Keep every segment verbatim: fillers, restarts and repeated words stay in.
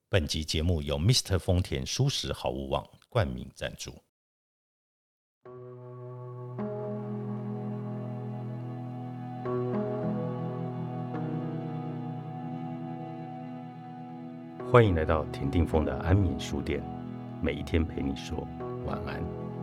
本集节目由 Mister 丰田蔬食好物网冠名赞助。欢迎来到田定峰的安眠书店，每一天陪你说晚安。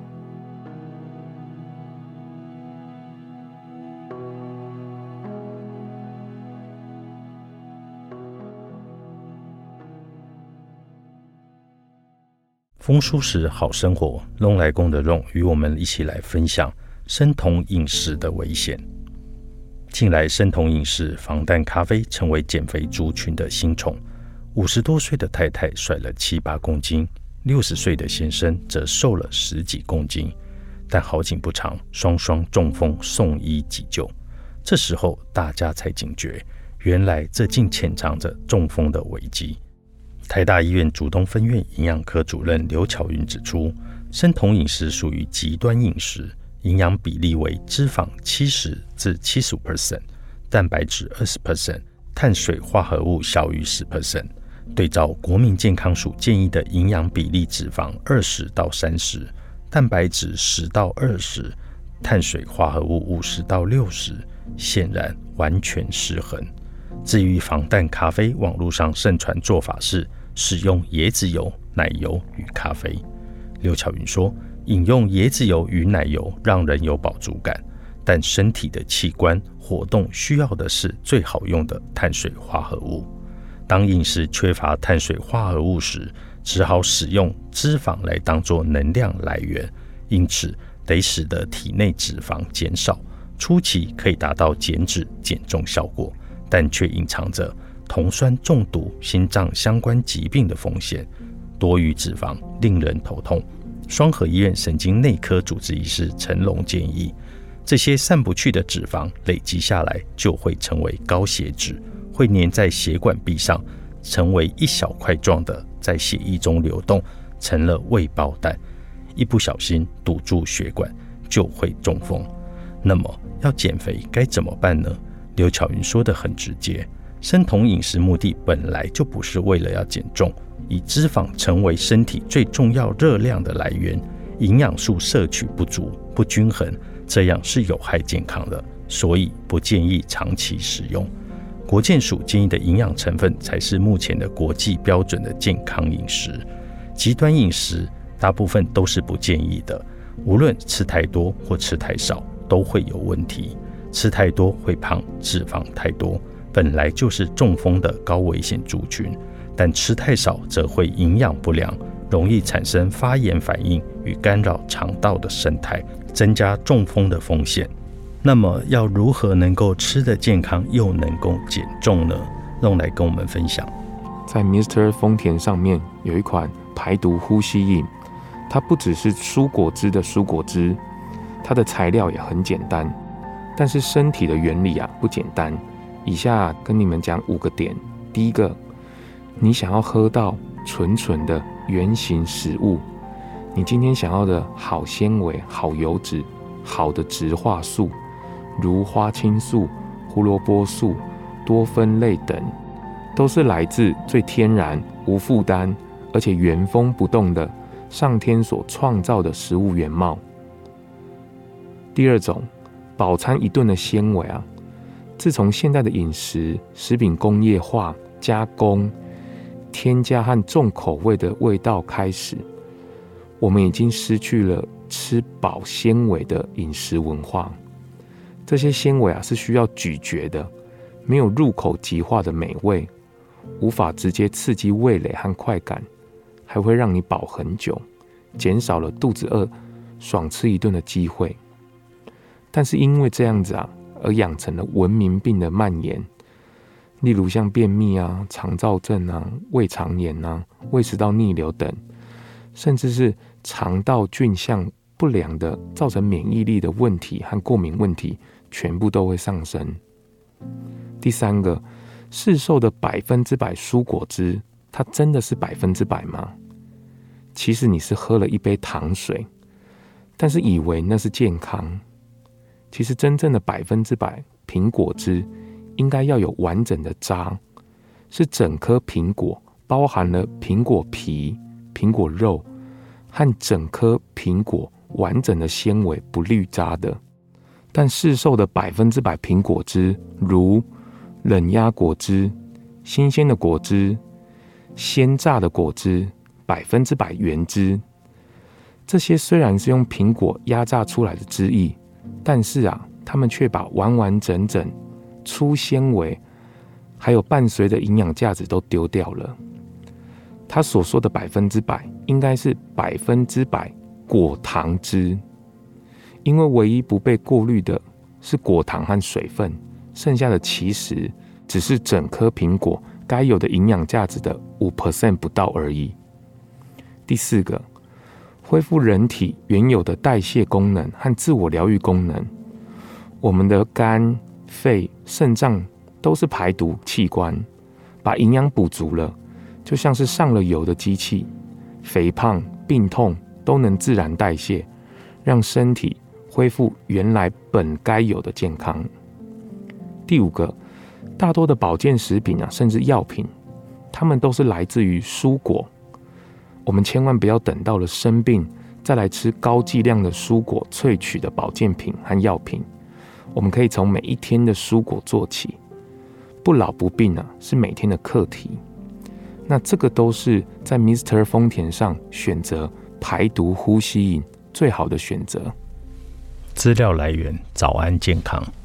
丰蔬食好生活，弄来公的弄与我们一起来分享生酮饮食的危险。近来生酮饮食、防弹咖啡成为减肥族群的新宠。五十多岁的太太甩了七八公斤，六十岁的先生则瘦了十几公斤。但好景不长，双双中风送医急救。这时候大家才警觉，原来这竟潜藏着中风的危机。台大医院竹东分院营养科主任刘巧云指出，生酮饮食属于极端饮食，营养比例为脂肪 百分之七十至百分之七十五， 蛋白质 百分之二十， 碳水化合物小于 百分之十。对照国民健康署建议的营养比例，脂肪二十到三十，蛋白质十到二十，碳水化合物五十到六十，显然完全失衡。至于防弹咖啡，网络上盛传做法是使用椰子油、奶油与咖啡。刘巧云说，饮用椰子油与奶油让人有饱足感，但身体的器官活动需要的是最好用的碳水化合物。当饮食缺乏碳水化合物时，只好使用脂肪来当作能量来源，因此得使得体内脂肪减少，初期可以达到减脂减重效果，但却隐藏着酮酸中毒、心脏相关疾病的风险。多余脂肪令人头痛。双和医院神经内科主治医师陈龙建议，这些散不去的脂肪累积下来，就会成为高血脂，会粘在血管壁上，成为一小块状的，在血液中流动，成了未爆弹。一不小心堵住血管，就会中风。那么要减肥该怎么办呢？刘巧云说得很直接，生酮饮食目的本来就不是为了要减重，以脂肪成为身体最重要热量的来源，营养素摄取不足、不均衡，这样是有害健康的，所以不建议长期食用。国健署建议的营养成分才是目前的国际标准的健康饮食。极端饮食大部分都是不建议的，无论吃太多或吃太少都会有问题。吃太多会胖，脂肪太多本来就是中风的高危险族群，但吃太少则会营养不良，容易产生发炎反应与干扰肠道的生态，增加中风的风险。那么要如何能够吃得健康又能够减重呢？用来跟我们分享。 在 Mister 丰田上面有一款排毒呼吸饮，它不只是蔬果汁的蔬果汁，它的材料也很简单，但是身体的原理啊不简单。以下跟你们讲五个点。第一个，你想要喝到纯纯的原型食物，你今天想要的好纤维、好油脂、好的植化素，如花青素、胡萝卜素、多酚类等，都是来自最天然、无负担，而且原封不动的上天所创造的食物原貌。第二种，饱餐一顿的纤维啊，自从现代的饮食、食品工业化、加工、添加和重口味的味道开始，我们已经失去了吃饱纤维的饮食文化。这些纤维啊是需要咀嚼的，没有入口即化的美味，无法直接刺激味蕾和快感，还会让你饱很久，减少了肚子饿爽吃一顿的机会。但是因为这样子啊，而养成了文明病的蔓延，例如像便秘啊、肠燥症啊、胃肠炎啊、胃食道逆流等，甚至是肠道菌相不良的造成免疫力的问题和过敏问题，全部都会上升。第三个，市售的百分之百蔬果汁，它真的是百分之百吗？其实你是喝了一杯糖水，但是以为那是健康。其实真正的百分之百苹果汁应该要有完整的渣，是整颗苹果包含了苹果皮、苹果肉和整颗苹果完整的纤维不滤渣的。但市售的百分之百苹果汁，如冷压果汁、新鲜的果汁、鲜榨的果汁、百分之百原汁，这些虽然是用苹果压榨出来的汁液，但是啊，他们却把完完整整、粗纤维还有伴随的营养价值都丢掉了。他所说的百分之百，应该是百分之百果糖汁，因为唯一不被过滤的是果糖和水分，剩下的其实只是整颗苹果该有的营养价值的 百分之五 不到而已。第四个，恢复人体原有的代谢功能和自我疗愈功能。我们的肝、肺、肾脏都是排毒器官，把营养补足了，就像是上了油的机器，肥胖、病痛都能自然代谢，让身体恢复原来本该有的健康。第五个，大多的保健食品啊，甚至药品，它们都是来自于蔬果。我们千万不要等到了生病再来吃高剂量的蔬果萃取的保健品和药品。我们可以从每一天的蔬果做起，不老不病啊，是每天的课题。那这个都是在 Mister 丰田上选择排毒呼吸饮最好的选择。 资料来源：早安健康。